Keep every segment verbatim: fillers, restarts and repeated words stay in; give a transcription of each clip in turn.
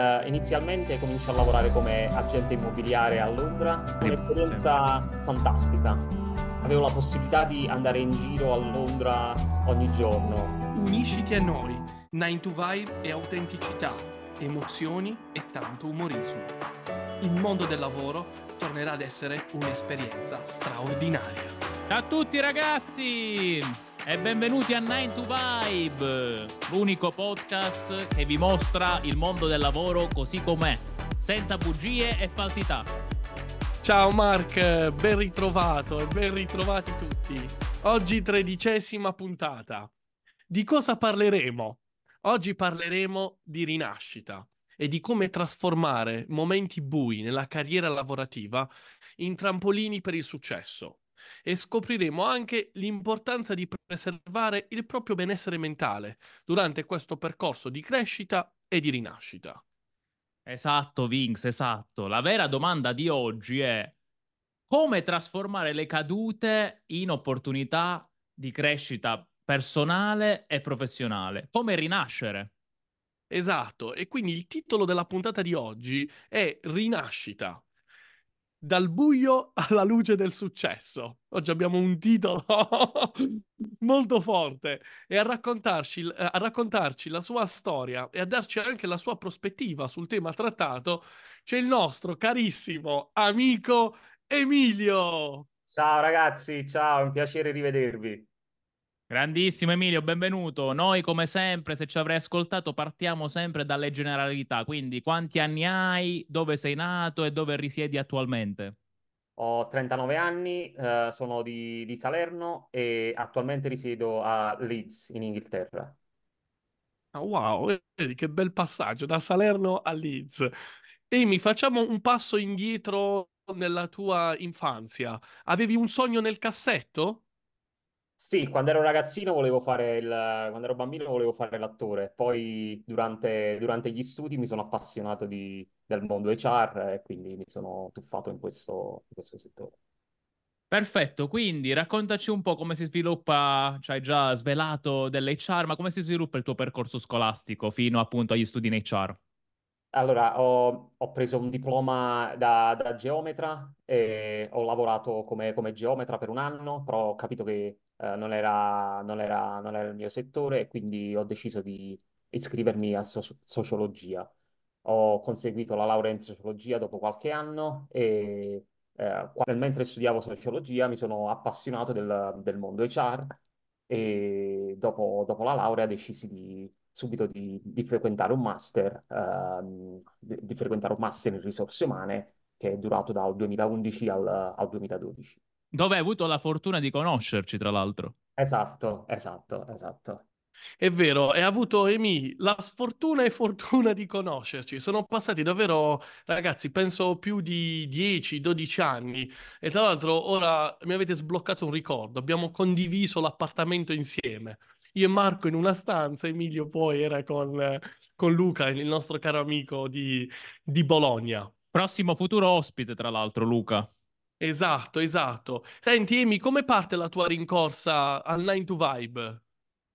Uh, inizialmente comincio a lavorare come agente immobiliare a Londra, un'esperienza fantastica. Avevo la possibilità di andare in giro a Londra ogni giorno. Unisciti a noi, nine to Vibe è autenticità, emozioni e tanto umorismo. Il mondo del lavoro tornerà ad essere un'esperienza straordinaria. Ciao a tutti ragazzi e benvenuti a nine to Vibe, l'unico podcast che vi mostra il mondo del lavoro così com'è, senza bugie e falsità. Ciao Mark, ben ritrovato e ben ritrovati tutti. Oggi tredicesima puntata. Di cosa parleremo? Oggi parleremo di rinascita e di come trasformare momenti bui nella carriera lavorativa in trampolini per il successo. E scopriremo anche l'importanza di preservare il proprio benessere mentale durante questo percorso di crescita e di rinascita. Esatto, Vince, esatto. La vera domanda di oggi è come trasformare le cadute in opportunità di crescita personale e professionale. Come rinascere. Esatto, e quindi il titolo della puntata di oggi è Rinascita. Dal buio alla luce del successo. Oggi abbiamo un titolo molto forte e a raccontarci, a raccontarci la sua storia e a darci anche la sua prospettiva sul tema trattato c'è il nostro carissimo amico Emilio. Ciao ragazzi, ciao, è un piacere rivedervi. Grandissimo Emilio, benvenuto. Noi come sempre, se ci avrai ascoltato, partiamo sempre dalle generalità. Quindi quanti anni hai, dove sei nato e dove risiedi attualmente? Ho trentanove anni, eh, sono di, di Salerno e attualmente risiedo a Leeds, in Inghilterra. Ah, wow, vedi che bel passaggio da Salerno a Leeds. Amy, facciamo un passo indietro nella tua infanzia. Avevi un sogno nel cassetto? Sì, quando ero ragazzino volevo fare il, quando ero bambino volevo fare l'attore, poi durante, durante gli studi mi sono appassionato di- del mondo H R e quindi mi sono tuffato in questo, in questo settore. Perfetto, quindi raccontaci un po' come si sviluppa, ci hai già svelato dell'H R, ma come si sviluppa il tuo percorso scolastico fino appunto agli studi in H R? Allora, ho, ho preso un diploma da, da geometra e ho lavorato come, come geometra per un anno, però ho capito che eh, non era, non era- non era il mio settore e quindi ho deciso di iscrivermi a soci- sociologia. Ho conseguito la laurea in sociologia dopo qualche anno e eh, qua- mentre studiavo sociologia mi sono appassionato del, del mondo H R e dopo, dopo la laurea decisi di, subito di, di frequentare un master, ehm, di, di frequentare un master in risorse umane che è durato dal duemilaundici al, al duemiladodici. Dove hai avuto la fortuna di conoscerci, tra l'altro. Esatto, esatto, esatto. È vero, hai avuto, Amy, la sfortuna e fortuna di conoscerci. Sono passati davvero, ragazzi, penso più di dieci dodici anni. E tra l'altro ora mi avete sbloccato un ricordo. Abbiamo condiviso l'appartamento insieme. Io e Marco in una stanza, Emilio poi era con, eh, con Luca, il nostro caro amico di, di Bologna. Prossimo futuro ospite, tra l'altro, Luca. Esatto, esatto. Senti, Amy, come parte la tua rincorsa al nine to Vibe?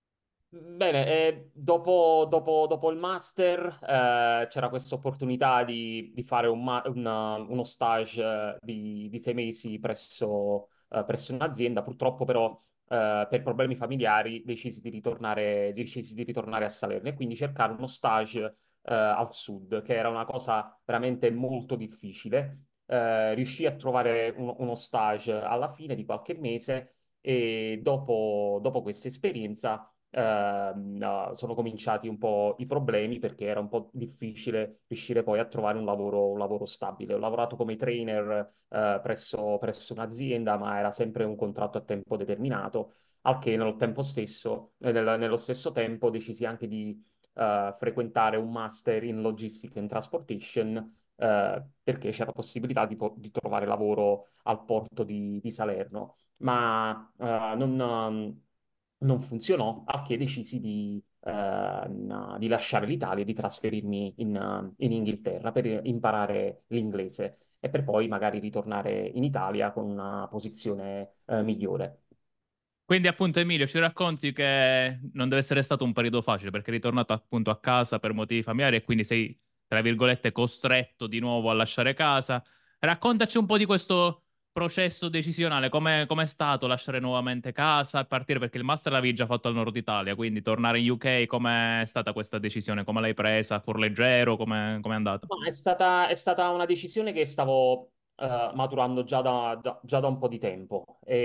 Bene, eh, dopo, dopo- dopo il master eh, c'era questa opportunità di, di fare un ma- una- uno stage eh, di, di sei mesi presso, eh, presso un'azienda. Purtroppo però eh, per problemi familiari decisi di ritornare, decisi di ritornare a Salerno e quindi cercare uno stage eh, al sud, che era una cosa veramente molto difficile. Eh, riuscii a trovare uno uno stage alla fine di qualche mese e dopo, dopo questa esperienza ehm, no, sono cominciati un po' i problemi perché era un po' difficile riuscire poi a trovare un lavoro, un lavoro stabile. Ho lavorato come trainer eh, presso, presso un'azienda, ma era sempre un contratto a tempo determinato, al che nello tempo stesso, eh, nel- nello stesso tempo decisi anche di eh, frequentare un master in Logistic and Transportation. eh, perché c'era possibilità di, po- di trovare lavoro al porto di, di Salerno, ma eh, non, ehm, non funzionò, al che decisi di, eh, n- di lasciare l'Italia e di trasferirmi in, eh, in Inghilterra per imparare l'inglese e per poi magari ritornare in Italia con una posizione, eh, migliore. Quindi appunto Emilio ci racconti che non deve essere stato un periodo facile perché è ritornato appunto a casa per motivi familiari e quindi sei tra virgolette, costretto di nuovo a lasciare casa. Raccontaci un po' di questo processo decisionale, come è stato lasciare nuovamente casa e partire, perché il master l'avevi già fatto al nord Italia, quindi tornare in U K, com'è stata questa decisione? Come l'hai presa? A cuor leggero? Come è andata? Ma è stata, è stata una decisione che stavo eh, maturando già da, da- già da un po' di tempo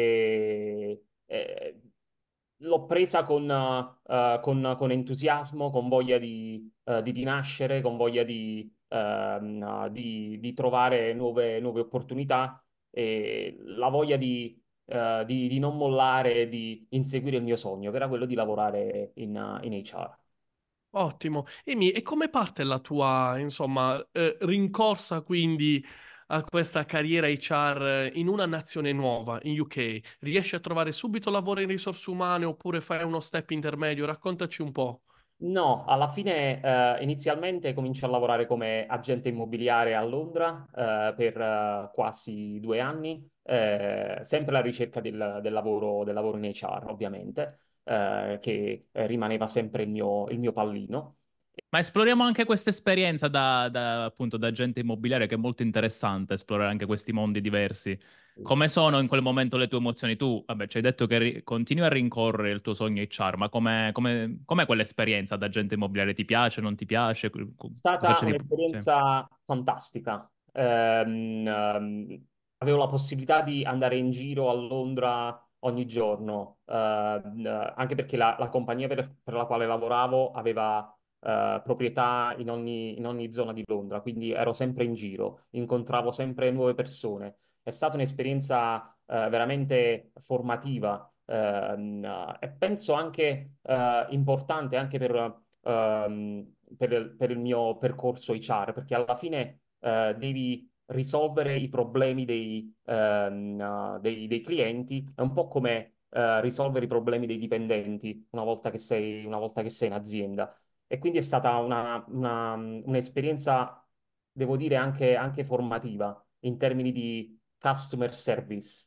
e, e l'ho presa con, eh, con- con entusiasmo, con voglia di, eh, di rinascere, con voglia di, ehm, di- di trovare nuove, nuove opportunità e la voglia di, eh, di- di non mollare, e di inseguire il mio sogno, che era quello di lavorare in, in H R. Ottimo. Emi, e come parte la tua, insomma, eh, rincorsa quindi a questa carriera H R in una nazione nuova, in U K? Riesci a trovare subito lavoro in risorse umane oppure fai uno step intermedio? Raccontaci un po'. No, alla fine eh, inizialmente comincio a lavorare come agente immobiliare a Londra eh, per eh, quasi due anni, eh, sempre alla ricerca del, del lavoro, del lavoro in H R, ovviamente, eh, che eh, rimaneva sempre il mio, il mio pallino. Ma esploriamo anche questa esperienza da, da, appunto da agente immobiliare, che è molto interessante esplorare anche questi mondi diversi. Come sono in quel momento le tue emozioni? Tu, vabbè, ci hai detto che ri- continui a rincorrere il tuo sogno H R, ma com'è, com'è- com'è quell'esperienza da agente immobiliare? Ti piace, non ti piace? Co- co- È Cosa stata c'è di... Sì. un'esperienza fantastica. Ehm, ehm, avevo la possibilità di andare in giro a Londra ogni giorno, ehm, eh, anche perché la, la compagnia per, per la quale lavoravo aveva eh, proprietà in ogni, in ogni zona di Londra, quindi ero sempre in giro, incontravo sempre nuove persone. È stata un'esperienza eh, veramente formativa, ehm, e penso anche eh, importante anche per ehm, per il, per il mio percorso H R, perché alla fine eh, devi risolvere i problemi dei, ehm, uh, dei- dei clienti, è un po' come eh, risolvere i problemi dei dipendenti una volta che sei, una volta che sei in azienda. E quindi è stata una- una- un'esperienza, devo dire, anche, anche formativa in termini di customer service.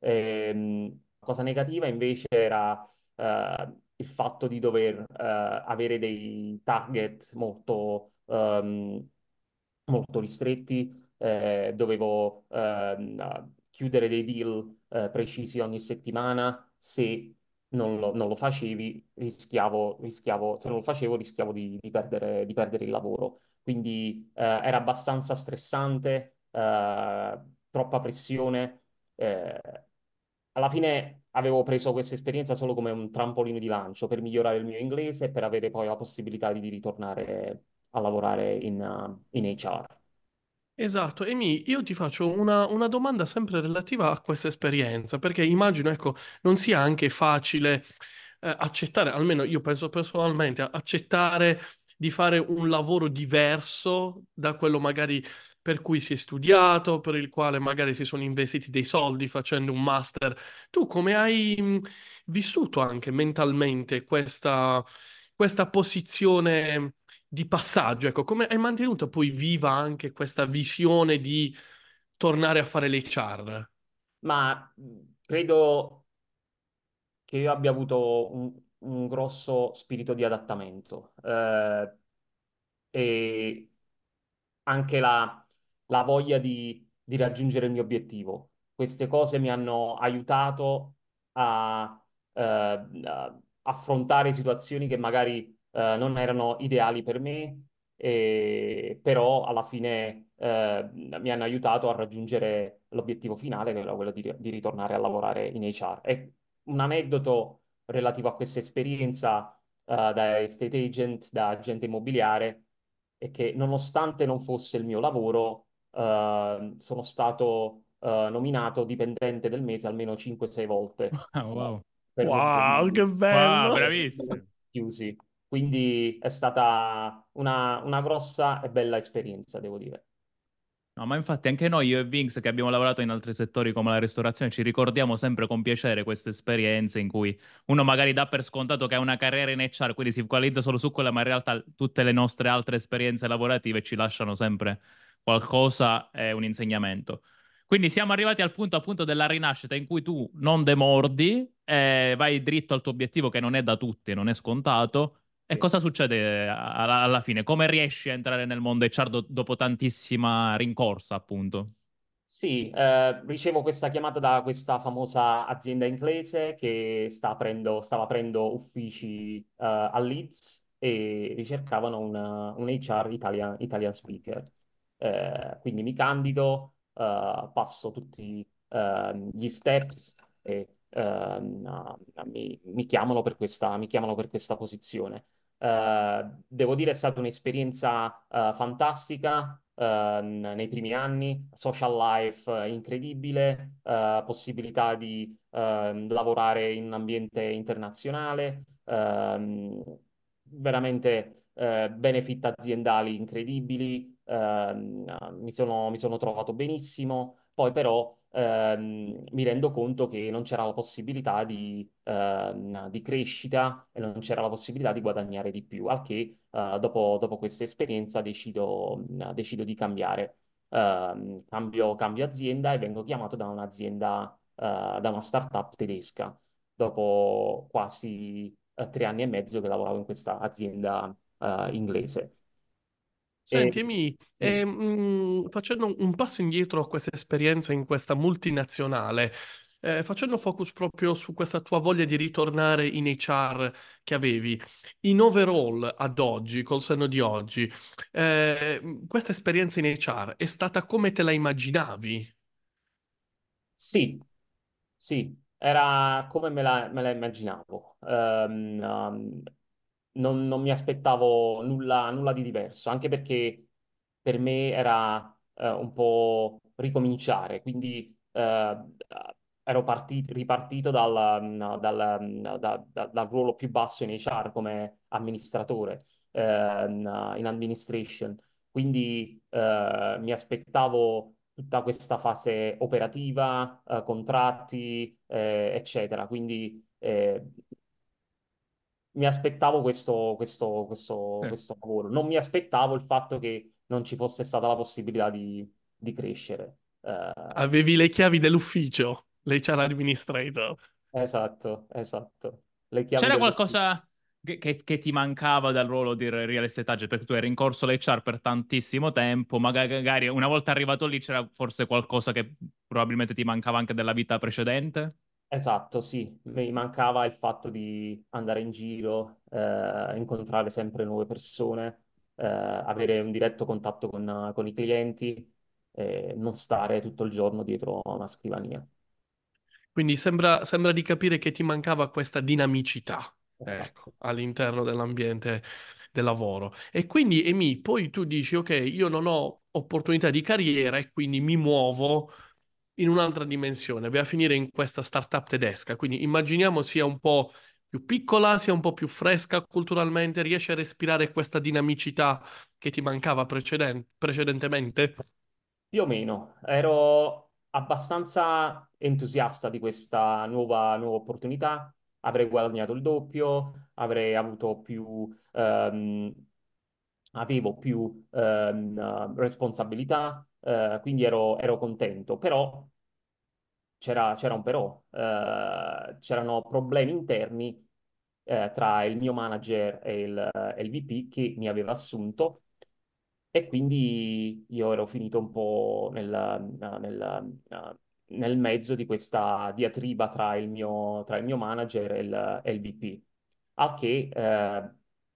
Ehm, cosa negativa invece era eh, il fatto di dover eh, avere dei target molto, ehm, molto ristretti, eh, dovevo ehm, chiudere dei deal eh, precisi ogni settimana. Se non lo, non lo facevi, rischiavo, rischiavo, se non lo facevo, rischiavo di, di perdere, di perdere il lavoro. Quindi eh, era abbastanza stressante, eh, troppa pressione. eh, Alla fine avevo preso questa esperienza solo come un trampolino di lancio per migliorare il mio inglese e per avere poi la possibilità di ritornare a lavorare in, uh, in H R. Esatto, Emi, io ti faccio una, una domanda sempre relativa a questa esperienza, perché immagino, ecco, non sia anche facile eh, accettare, almeno io penso personalmente, accettare di fare un lavoro diverso da quello magari per cui si è studiato, per il quale magari si sono investiti dei soldi facendo un master. Tu come hai mh, vissuto anche mentalmente questa, questa posizione di passaggio? Ecco, come hai mantenuto poi viva anche questa visione di tornare a fare l'H R? Ma mh, credo che io abbia avuto un, un grosso spirito di adattamento. Eh, e anche la, la voglia di, di raggiungere il mio obiettivo. Queste cose mi hanno aiutato a, eh, a affrontare situazioni che magari eh, non erano ideali per me, e- però alla fine eh, mi hanno aiutato a raggiungere l'obiettivo finale, che era quello di, di ritornare a lavorare in H R. E un aneddoto relativo a questa esperienza eh, da estate agent, da agente immobiliare, è che nonostante non fosse il mio lavoro, eh, sono stato eh, nominato dipendente del mese almeno cinque sei volte Ah, eh, wow. per Wow, che ragioni Wow, bello! bravissimo. chiusi. Quindi è stata una, una grossa e bella esperienza, devo dire. No, ma infatti anche noi, io e Vinx, che abbiamo lavorato in altri settori come la ristorazione, ci ricordiamo sempre con piacere queste esperienze in cui uno magari dà per scontato che ha una carriera in H R, quindi si focalizza solo su quella, ma in realtà tutte le nostre altre esperienze lavorative ci lasciano sempre qualcosa e un insegnamento. Quindi siamo arrivati al punto appunto della rinascita in cui tu non demordi, e vai dritto al tuo obiettivo che non è da tutti, non è scontato, E cosa succede a- alla, alla fine? Come riesci a entrare nel mondo H R do- dopo tantissima rincorsa, appunto? Sì, eh, ricevo questa chiamata da questa famosa azienda inglese che sta aprendo- stava aprendo uffici eh, a Leeds e ricercavano un, un H R Italian, Italian speaker. Eh, quindi mi candido, eh, passo tutti ehm, gli steps e ehm, ah, mi, mi chiamano per questa, mi chiamano per questa posizione. Eh, devo dire è stata un'esperienza eh, fantastica eh, nei primi anni, social life eh, incredibile, eh, possibilità di ehm, lavorare in un ambiente internazionale, ehm, veramente eh, benefit aziendali incredibili, ehm, mi sono, mi sono trovato benissimo, poi però ehm, mi rendo conto che non c'era la possibilità di, ehm, di crescita e non c'era la possibilità di guadagnare di più, al che eh, dopo, dopo questa esperienza decido, decido di cambiare. Ehm, cambio, cambio azienda e vengo chiamato da un'azienda, eh, da una startup tedesca, dopo quasi eh, tre anni e mezzo che lavoravo in questa azienda eh, inglese. E, Senti, Emi, sì. ehm, facendo un un passo indietro a questa esperienza in questa multinazionale, eh, facendo focus proprio su questa tua voglia di ritornare in H R che avevi, in overall ad oggi, col senno di oggi, eh, questa esperienza in H R è stata come te la immaginavi? Sì, sì, era come me la, me la immaginavo. Ehm, um, non, non mi aspettavo nulla, nulla di diverso, anche perché per me era eh, un po' ricominciare, quindi eh, ero parti- ripartito dal, no, dal, no, da- da- dal ruolo più basso in H R come amministratore, ehm, in administration. Quindi eh, mi aspettavo tutta questa fase operativa, eh, contratti, eh, eccetera. Quindi eh, mi aspettavo questo, questo, questo, Sì. questo lavoro. Non mi aspettavo il fatto che non ci fosse stata la possibilità di, di crescere. Eh, Avevi le chiavi dell'ufficio, l'H R administrator. esatto, esatto. Le chiavi C'era dell'ufficio. qualcosa che, che- che ti mancava dal ruolo di real estate agent? Perché tu eri in corso l'H R per tantissimo tempo, maga- magari una volta arrivato lì c'era forse qualcosa che probabilmente ti mancava anche della vita precedente? Esatto, sì, mi mancava il fatto di andare in giro, eh, incontrare sempre nuove persone, eh, avere un diretto contatto con, con i clienti e non stare tutto il giorno dietro a una scrivania. Quindi sembra, sembra di capire che ti mancava questa dinamicità, ecco, Esatto. all'interno dell'ambiente del lavoro. E quindi, Emi, poi tu dici, ok, io non ho opportunità di carriera e quindi mi muovo in un'altra dimensione, vai a finire in questa startup tedesca. Quindi immaginiamo sia un po' più piccola, sia un po' più fresca culturalmente, riesci a respirare questa dinamicità che ti mancava preceden- precedentemente? Più o meno, ero abbastanza entusiasta di questa nuova, nuova opportunità, avrei guadagnato il doppio, avrei avuto più, ehm, avevo più ehm, eh, responsabilità, eh, quindi ero, ero contento, però c'era c'era un però, eh, c'erano problemi interni eh, tra il mio manager e il, e il V P che mi aveva assunto e quindi io ero finito un po' nel, nel- nel mezzo di questa diatriba tra il mio, tra il mio manager e il, e il V P. Al che eh,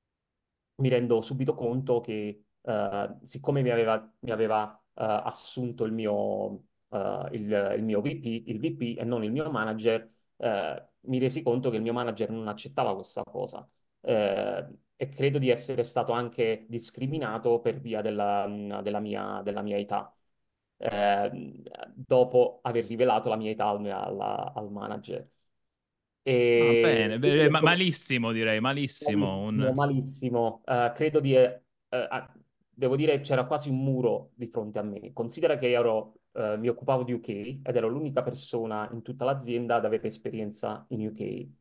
mi rendo subito conto che eh, siccome mi aveva, mi aveva eh, assunto il mio, eh, il, il mio V P, il V P e non il mio manager, eh, mi resi conto che il mio manager non accettava questa cosa. Eh, e credo di essere stato anche discriminato per via della, della mia, della mia età, eh, dopo aver rivelato la mia età al, al al manager. Ah, bene, E io beh, ho ma- detto, malissimo direi, malissimo. malissimo, Un- malissimo. Eh, credo di... eh, eh, devo dire, c'era quasi un muro di fronte a me. Considera che ero, eh, mi occupavo di U K ed ero l'unica persona in tutta l'azienda ad avere esperienza in U K.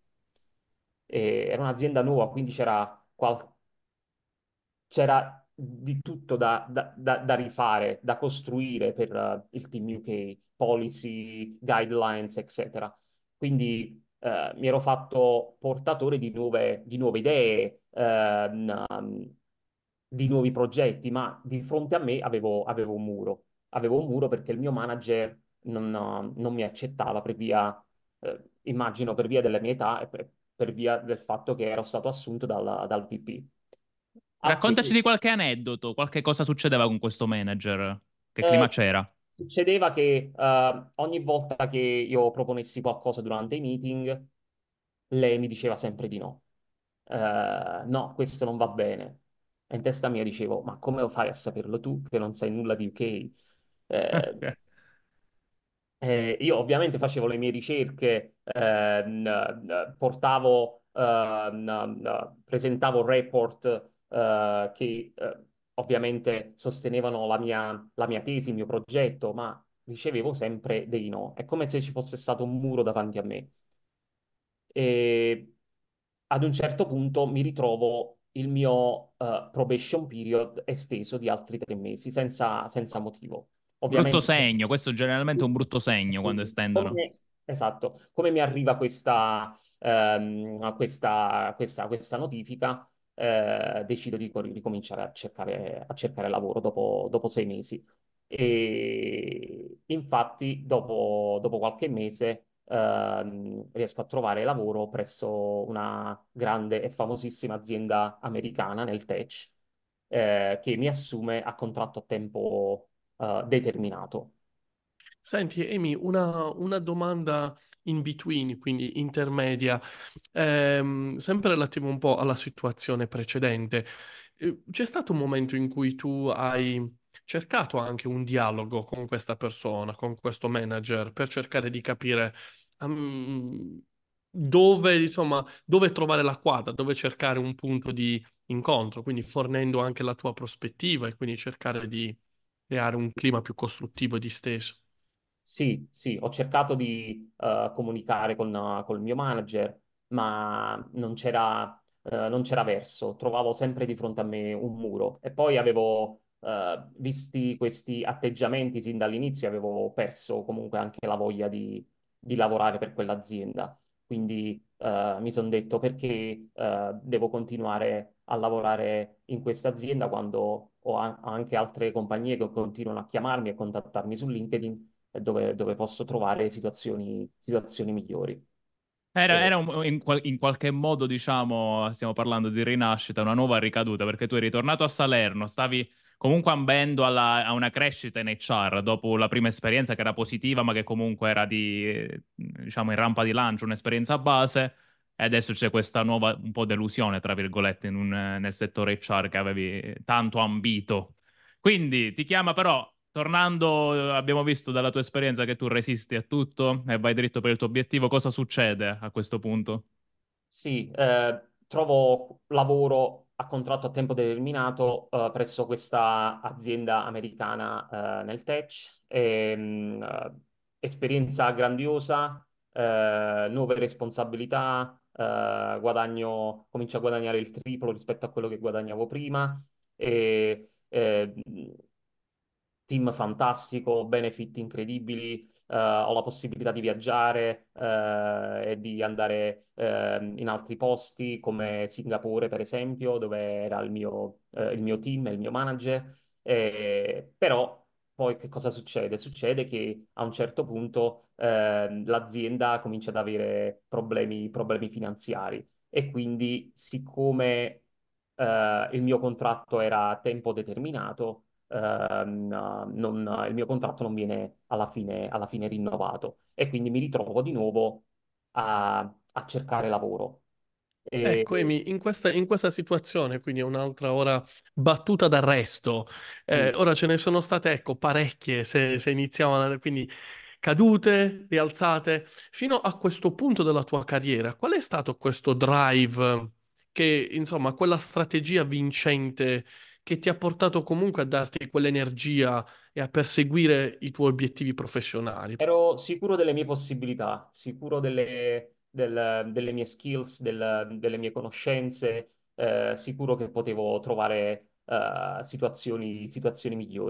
E era un'azienda nuova, quindi c'era qual- c'era di tutto da, da- da- da rifare, da costruire per eh, il team U K, policy, guidelines, eccetera. Quindi eh, mi ero fatto portatore di nuove, di nuove idee, ehm, um, di nuovi progetti, ma di fronte a me avevo, avevo un muro. Avevo un muro perché il mio manager non, non mi accettava per via, eh, immagino per via della mia età e per, per via del fatto che ero stato assunto dal, dal V P. Al che Raccontaci di qualche aneddoto, qualche cosa succedeva con questo manager. Che clima Eh, c'era? succedeva che eh, ogni volta che io proponessi qualcosa durante i meeting, lei mi diceva sempre di no. Eh, no, questo non va bene. E in testa mia dicevo, ma come lo fai a saperlo tu che non sai nulla di U K? Eh, eh, io ovviamente facevo le mie ricerche, ehm, eh, portavo, ehm, eh, presentavo report eh, che eh, ovviamente sostenevano la mia, la mia tesi, il mio progetto, ma ricevevo sempre dei no. È come se ci fosse stato un muro davanti a me. E ad un certo punto mi ritrovo il mio eh, probation period esteso di altri tre mesi senza, senza motivo. Brutto Ovviamente, segno, questo è generalmente un brutto segno quando estendono. come, esatto, come mi arriva questa, ehm, questa, questa, questa notifica, eh, decido di co- ricominciare a cercare, a cercare lavoro dopo, dopo sei mesi. E infatti, dopo, dopo qualche mese, ehm, riesco a trovare lavoro presso una grande e famosissima azienda americana nel tech, eh, che mi assume a contratto a tempo, eh, determinato. Senti, Amy, una, una domanda in between, quindi intermedia, Ehm, sempre relativo un po' alla situazione precedente. Eh, C'è stato un momento in cui tu hai cercato anche un dialogo con questa persona, con questo manager, per cercare di capire, ehm, dove, insomma, dove trovare la quadra, dove cercare un punto di incontro, quindi fornendo anche la tua prospettiva e quindi cercare di creare un clima più costruttivo e disteso. Sì, sì, ho cercato di eh, comunicare con, eh, col mio manager, ma non c'era eh, non c'era verso, trovavo sempre di fronte a me un muro. E poi avevo, eh, visti questi atteggiamenti sin dall'inizio, avevo perso comunque anche la voglia di, di lavorare per quell'azienda. Quindi eh, mi sono detto perché eh, devo continuare a lavorare in questa azienda quando ho a- anche altre compagnie che continuano a chiamarmi e contattarmi su LinkedIn dove, dove posso trovare situazioni, situazioni migliori. Era, E era un- in, qual- in qualche modo, diciamo, stiamo parlando di rinascita, una nuova ricaduta, perché tu eri tornato a Salerno, stavi comunque ambendo alla- a una crescita in H R dopo la prima esperienza che era positiva, ma che comunque era di, eh, diciamo, in rampa di lancio, un'esperienza base, e adesso c'è questa nuova un po' delusione, tra virgolette, in un- nel settore H R che avevi tanto ambito. Quindi ti chiama però, tornando, eh, abbiamo visto dalla tua esperienza che tu resisti a tutto e vai dritto per il tuo obiettivo. Cosa succede a questo punto? sì, eh, trovo lavoro a contratto a tempo determinato eh, presso questa azienda americana eh, nel tech. E, mh, eh, esperienza grandiosa, eh, nuove responsabilità, eh, guadagno, comincio a guadagnare il triplo rispetto a quello che guadagnavo prima. E, eh, team fantastico, benefit incredibili, eh, ho la possibilità di viaggiare eh, e di andare eh, in altri posti come Singapore, per esempio, dove era il mio, eh, il mio team e il mio manager. Eh, però poi che cosa succede? Succede che a un certo punto ehm, l'azienda comincia ad avere problemi, problemi finanziari e quindi siccome eh, il mio contratto era a tempo determinato, ehm, non- il mio contratto non viene alla fine, alla fine rinnovato e quindi mi ritrovo di nuovo a, a cercare lavoro. E, Ecco, Amy, in questa, in questa situazione, quindi è un'altra ora battuta d'arresto, eh, sì, ora ce ne sono state, ecco, parecchie, se, se iniziamo, a- quindi cadute, rialzate, fino a questo punto della tua carriera, qual è stato questo drive che, insomma, quella strategia vincente che ti ha portato comunque a darti quell'energia e a perseguire i tuoi obiettivi professionali? ero sicuro delle mie possibilità, sicuro delle, del- delle mie skills, del- delle mie conoscenze, eh, sicuro che potevo trovare eh, situazioni, situazioni migliori.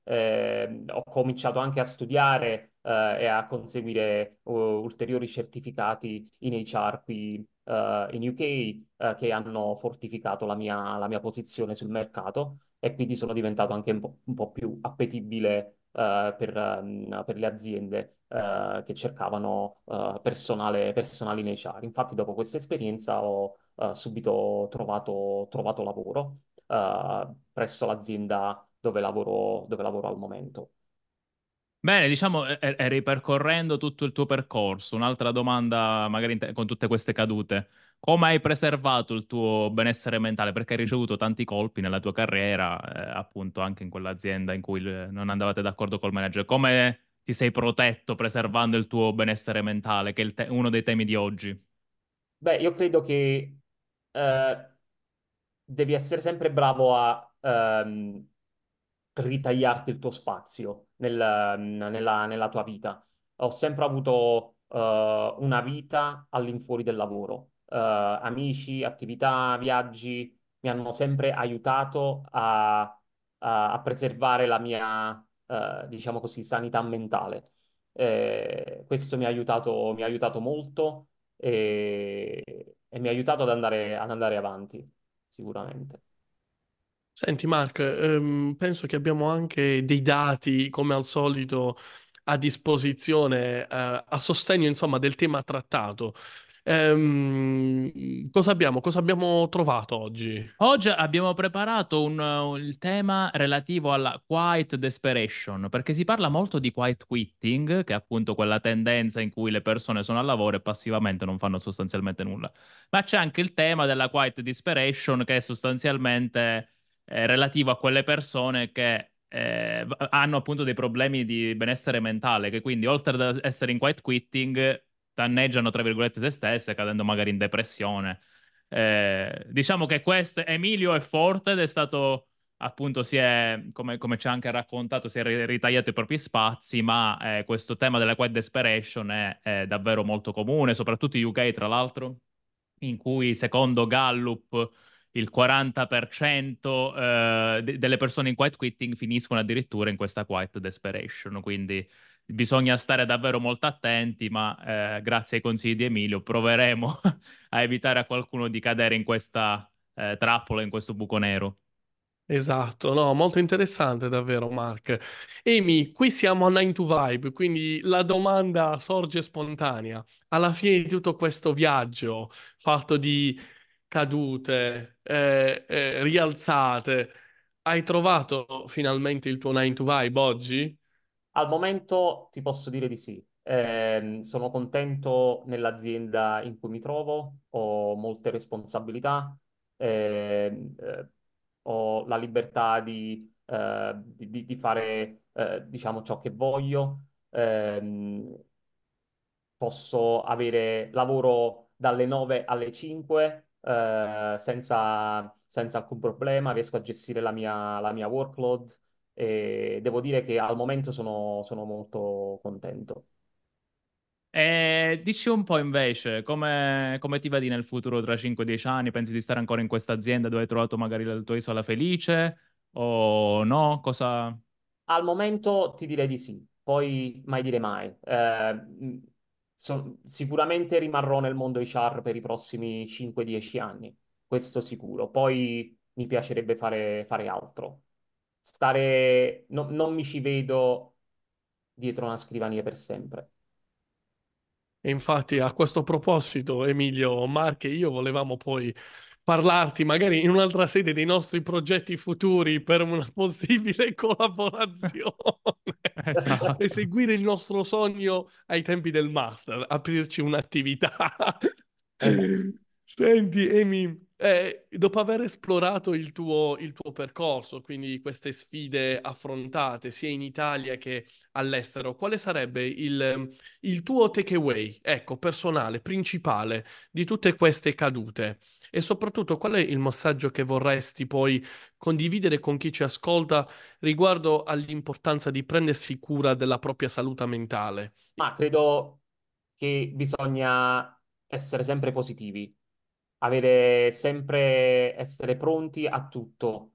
Eh, ho cominciato anche a studiare eh, e a conseguire uh, ulteriori certificati in H R qui eh, in U K eh, che hanno fortificato la mia, la mia posizione sul mercato e quindi sono diventato anche un po', un po' più appetibile eh, per, ehm, per le aziende eh, che cercavano eh, personale, personale in H R. Infatti, dopo questa esperienza ho eh, subito trovato, trovato lavoro eh, presso l'azienda dove lavoro, dove lavoro al momento. Bene, diciamo, e- e- eri percorrendo tutto il tuo percorso. Un'altra domanda, magari in te- con tutte queste cadute. Come hai preservato il tuo benessere mentale? Perché hai ricevuto tanti colpi nella tua carriera, eh, appunto anche in quell'azienda in cui il- non andavate d'accordo col manager. Come ti sei protetto preservando il tuo benessere mentale, che è il te- uno dei temi di oggi? Beh, io credo che eh, devi essere sempre bravo a ehm, ritagliarti il tuo spazio nel- nella, nella tua vita. Ho sempre avuto eh, una vita all'infuori del lavoro. Eh, amici, attività, viaggi mi hanno sempre aiutato a, a- a preservare la mia, eh, diciamo così, sanità mentale. Eh, questo mi ha aiutato, mi ha aiutato molto e, e mi ha aiutato ad andare, ad andare avanti, sicuramente. Senti Mark, ehm, penso che abbiamo anche dei dati, come al solito, a disposizione, eh, a sostegno, insomma, del tema trattato. Ehm, cosa abbiamo? Cosa abbiamo trovato oggi? Oggi abbiamo preparato un, uh, il tema relativo alla quiet desperation, perché si parla molto di quiet quitting, che è appunto quella tendenza in cui le persone sono al lavoro e passivamente non fanno sostanzialmente nulla. Ma c'è anche il tema della quiet desperation, che è sostanzialmente eh, relativo a quelle persone che eh, v- hanno appunto dei problemi di benessere mentale, che quindi oltre ad essere in quiet quitting, danneggiano, tra virgolette, se stesse, cadendo magari in depressione. Eh, diciamo che questo Emilio è forte ed è stato appunto, si è, come, come ci ha anche raccontato, si è ri- ritagliato i propri spazi, ma eh, questo tema della quiet desperation è, è davvero molto comune, soprattutto in U K, tra l'altro, in cui secondo Gallup il quaranta per cento eh, de- delle persone in quiet quitting finiscono addirittura in questa quiet desperation, quindi bisogna stare davvero molto attenti, ma eh, grazie ai consigli di Emilio proveremo a evitare a qualcuno di cadere in questa eh, trappola, in questo buco nero. Esatto, no, molto interessante davvero, Mark. Amy, qui siamo a nine to Vibe, quindi la domanda sorge spontanea. Alla fine di tutto questo viaggio fatto di cadute, eh, eh, rialzate, hai trovato finalmente il tuo nine to Vibe oggi? Al momento ti posso dire di sì. Ehm, sono contento nell'azienda in cui mi trovo, ho molte responsabilità, ehm, eh, ho la libertà di, eh, di- di- di fare, eh, diciamo, ciò che voglio. Ehm, posso avere lavoro dalle nove alle cinque eh, senza, senza alcun problema, riesco a gestire la mia, la mia workload e devo dire che al momento sono, sono molto contento. E dici un po' invece, come, come ti vedi nel futuro tra cinque dieci anni? Pensi di stare ancora in questa azienda dove hai trovato magari la tua isola felice? O no? Cosa... Al momento ti direi di sì, poi mai dire mai. Eh, mh, so- sicuramente rimarrò nel mondo H R per i prossimi cinque dieci anni, questo sicuro. Poi mi piacerebbe fare, fare altro. Stare, no- non mi ci vedo dietro una scrivania per sempre. E infatti a questo proposito, Emilio, Mark e io volevamo poi parlarti magari in un'altra sede dei nostri progetti futuri per una possibile collaborazione e Esatto. seguire il nostro sogno ai tempi del master, aprirci un'attività. Esatto. Senti, Amy, eh, dopo aver esplorato il tuo, il tuo percorso, quindi queste sfide affrontate sia in Italia che all'estero, quale sarebbe il il tuo takeaway, ecco, personale, principale di tutte queste cadute? E soprattutto qual è il messaggio che vorresti poi condividere con chi ci ascolta riguardo all'importanza di prendersi cura della propria salute mentale? Ma credo che bisogna essere sempre positivi, avere sempre, essere pronti a tutto.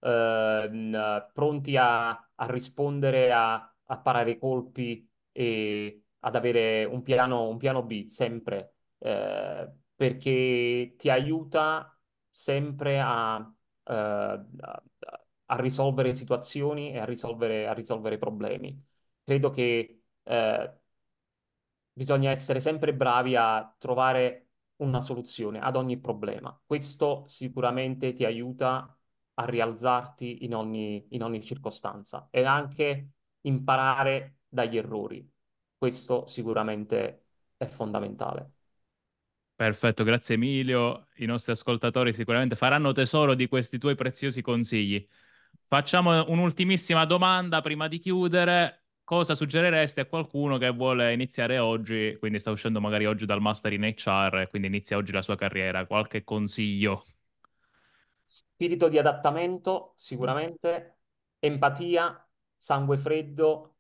eh, n- pronti a, a rispondere, a, a parare i colpi e ad avere un piano, un piano B sempre, eh, perché ti aiuta sempre a, eh, a- a risolvere situazioni e a risolvere, a risolvere problemi. Credo che eh, bisogna essere sempre bravi a trovare una soluzione ad ogni problema. Questo sicuramente ti aiuta a rialzarti in ogni, in ogni circostanza e anche imparare dagli errori. Questo sicuramente è fondamentale. Perfetto, grazie Emilio. I nostri ascoltatori sicuramente faranno tesoro di questi tuoi preziosi consigli. Facciamo un'ultimissima domanda prima di chiudere. Cosa suggeriresti a qualcuno che vuole iniziare oggi, quindi sta uscendo magari oggi dal Master in H R e quindi inizia oggi la sua carriera? Qualche consiglio? Spirito di adattamento, sicuramente, empatia, sangue freddo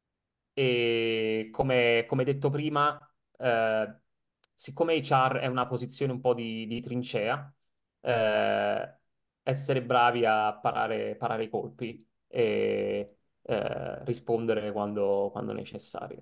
e come, come detto prima, eh, siccome H R è una posizione un po' di, di trincea, eh, essere bravi a parare, parare i colpi e eh, rispondere quando, quando necessario.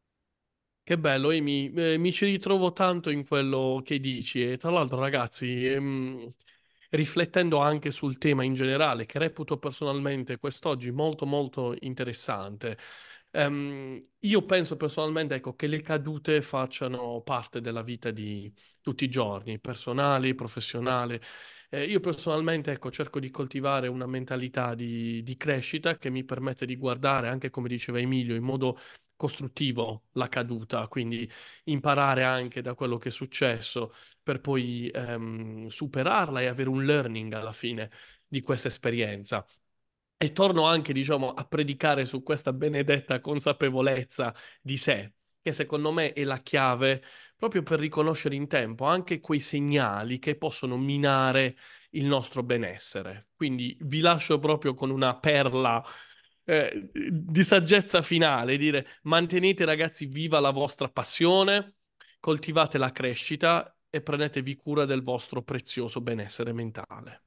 Che bello, Amy, eh, mi ci ritrovo tanto in quello che dici e tra l'altro ragazzi, ehm, riflettendo anche sul tema in generale, che reputo personalmente quest'oggi molto molto interessante, ehm, io penso personalmente ecco, che le cadute facciano parte della vita di tutti i giorni, personali, professionali. Eh, io personalmente ecco, cerco di coltivare una mentalità di, di crescita che mi permette di guardare, anche come diceva Emilio, in modo costruttivo la caduta, quindi imparare anche da quello che è successo per poi ehm, superarla e avere un learning alla fine di questa esperienza. E torno anche, diciamo, a predicare su questa benedetta consapevolezza di sé, che secondo me è la chiave proprio per riconoscere in tempo anche quei segnali che possono minare il nostro benessere. Quindi vi lascio proprio con una perla eh, di saggezza finale, dire mantenete ragazzi viva la vostra passione, coltivate la crescita e prendetevi cura del vostro prezioso benessere mentale.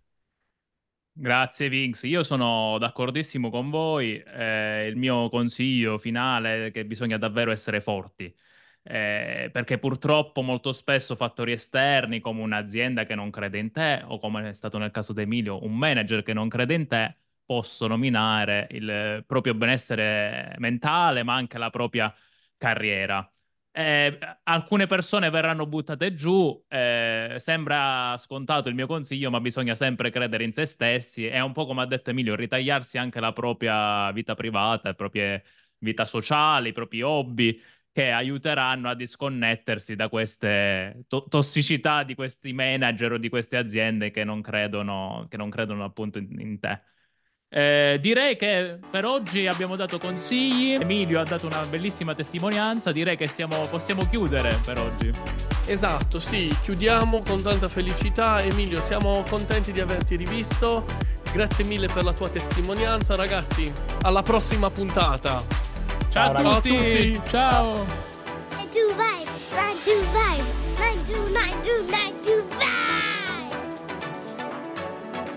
Grazie Vinx, io sono d'accordissimo con voi. Eh, il mio consiglio finale è che bisogna davvero essere forti. Eh, perché purtroppo molto spesso fattori esterni come un'azienda che non crede in te o come è stato nel caso di Emilio, un manager che non crede in te possono minare il proprio benessere mentale ma anche la propria carriera. Eh, alcune persone verranno buttate giù, eh, sembra scontato il mio consiglio, ma bisogna sempre credere in se stessi. È un po' come ha detto Emilio, ritagliarsi anche la propria vita privata, le proprie vita sociali, i propri hobby, che aiuteranno a disconnettersi da queste to- tossicità di questi manager o di queste aziende che non credono, che non credono appunto in, in te. Eh, direi che per oggi abbiamo dato consigli. Emilio ha dato una bellissima testimonianza. Direi che siamo- possiamo chiudere per oggi. Esatto, sì, chiudiamo con tanta felicità. Emilio, siamo contenti di averti rivisto. Grazie mille per la tua testimonianza, ragazzi. Alla prossima puntata. Ciao, Ciao, a ragazzi. tutti. Ciao a tutti. Ciao.